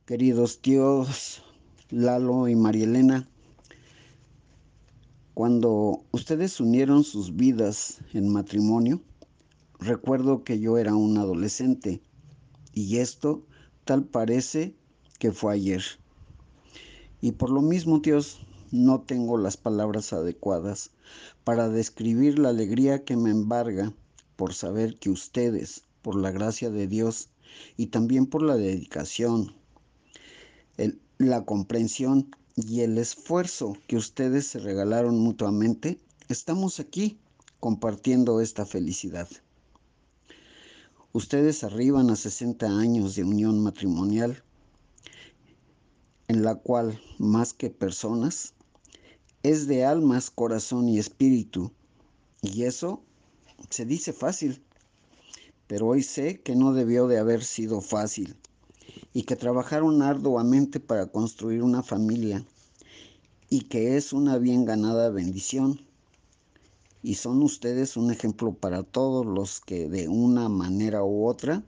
Queridos tíos Lalo y Marielena, cuando ustedes unieron sus vidas en matrimonio, recuerdo que yo era un adolescente y esto tal parece que fue ayer. Y por lo mismo, tíos, no tengo las palabras adecuadas para describir la alegría que me embarga por saber que ustedes, por la gracia de Dios y también por la dedicación, la comprensión y el esfuerzo que ustedes se regalaron mutuamente, estamos aquí compartiendo esta felicidad. Ustedes arriban a 60 años de unión matrimonial, en la cual, más que personas, es de almas, corazón y espíritu. Y eso se dice fácil, pero hoy sé que no debió de haber sido fácil y que trabajaron arduamente para construir una familia y que es una bien ganada bendición. Y son ustedes un ejemplo para todos los que de una manera u otra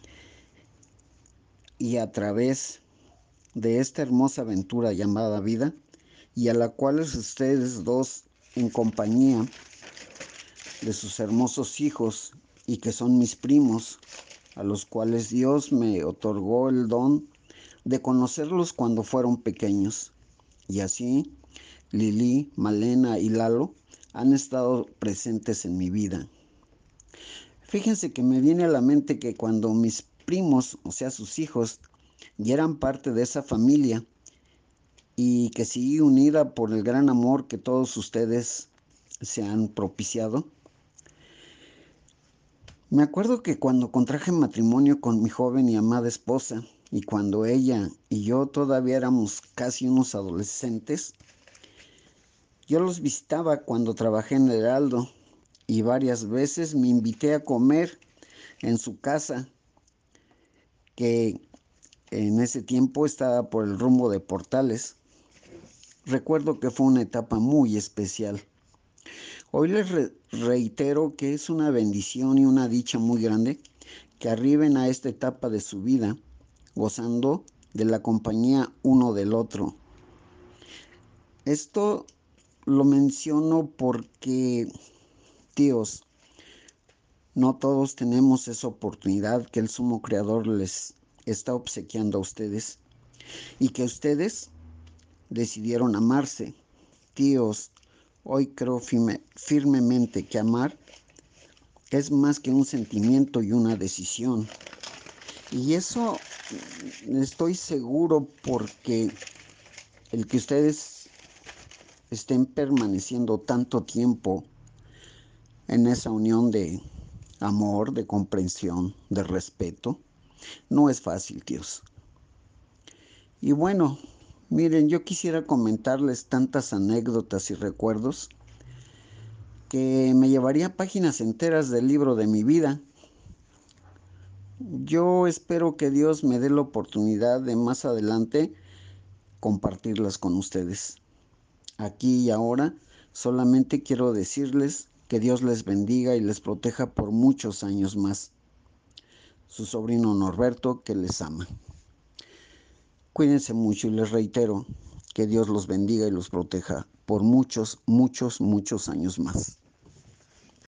y a través de esta hermosa aventura llamada vida y a la cual ustedes dos en compañía de sus hermosos hijos y que son mis primos, a los cuales Dios me otorgó el don de conocerlos cuando fueron pequeños. Y así Lili, Malena y Lalo han estado presentes en mi vida. Fíjense que me viene a la mente que cuando mis primos, o sea, sus hijos, ya eran parte de esa familia y que sigue unida por el gran amor que todos ustedes se han propiciado. Me acuerdo que cuando contraje matrimonio con mi joven y amada esposa, y cuando ella y yo todavía éramos casi unos adolescentes, yo los visitaba cuando trabajé en el Heraldo y varias veces me invité a comer en su casa, que en ese tiempo estaba por el rumbo de Portales. Recuerdo que fue una etapa muy especial. Hoy les reitero que es una bendición y una dicha muy grande que arriben a esta etapa de su vida, gozando de la compañía uno del otro. Esto lo menciono porque, tíos, no todos tenemos esa oportunidad que el Sumo Creador les está obsequiando a ustedes y que ustedes decidieron amarse. Tíos, hoy creo firmemente que amar es más que un sentimiento y una decisión. Y eso estoy seguro porque el que ustedes estén permaneciendo tanto tiempo en esa unión de amor, de comprensión, de respeto, no es fácil, tíos. Y bueno, miren, yo quisiera comentarles tantas anécdotas y recuerdos que me llevaría páginas enteras del libro de mi vida. Yo espero que Dios me dé la oportunidad de más adelante compartirlas con ustedes. Aquí y ahora solamente quiero decirles que Dios les bendiga y les proteja por muchos años más. Su sobrino Norberto, que les ama. Cuídense mucho y les reitero que Dios los bendiga y los proteja por muchos, muchos, muchos años más.